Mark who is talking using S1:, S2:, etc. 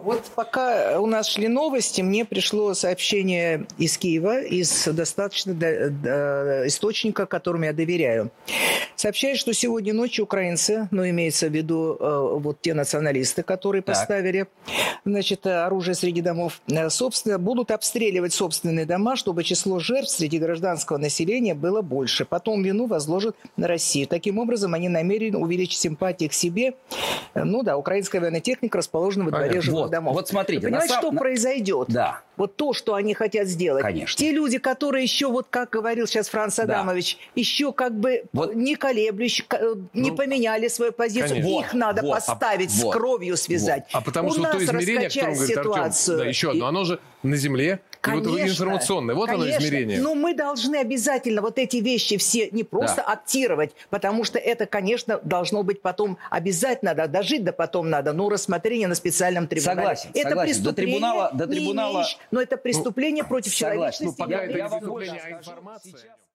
S1: Вот пока у нас шли новости, мне пришло сообщение из Киева, из достаточно источника, которому я доверяю. Сообщает, что сегодня ночью украинцы, имеется в виду вот те националисты, которые поставили, оружие среди домов, собственно, будут обстреливать собственные дома, чтобы число жертв среди гражданского населения было больше. Потом вину возложат на Россию. Таким образом, они намерены увеличить симпатии к себе. Украинская военная техника расположена во дворе жилых домов.
S2: Вот смотрите.
S1: Вы понимаете, что произойдет?
S2: Да.
S1: Вот то, что они хотят сделать.
S2: Конечно.
S1: Те люди, которые еще, вот как говорил сейчас Франц Адамович, еще как бы не колеблющие, не поменяли свою позицию. Их надо поставить, с кровью связать.
S3: А потому что то измерение, о котором говорит Артем, еще одно, оно же на земле.
S1: Конечно,
S3: и вот информационное. Вот оно измерение.
S1: Но мы должны обязательно вот эти вещи все не просто актировать, потому что это, конечно, должно быть потом обязательно, дожить до потом надо, рассмотрение на специальном трибунале.
S2: Согласен.
S1: Это преступление,
S2: до трибунала...
S1: но это преступление против человечности.
S3: Пока это не преступление, а информация.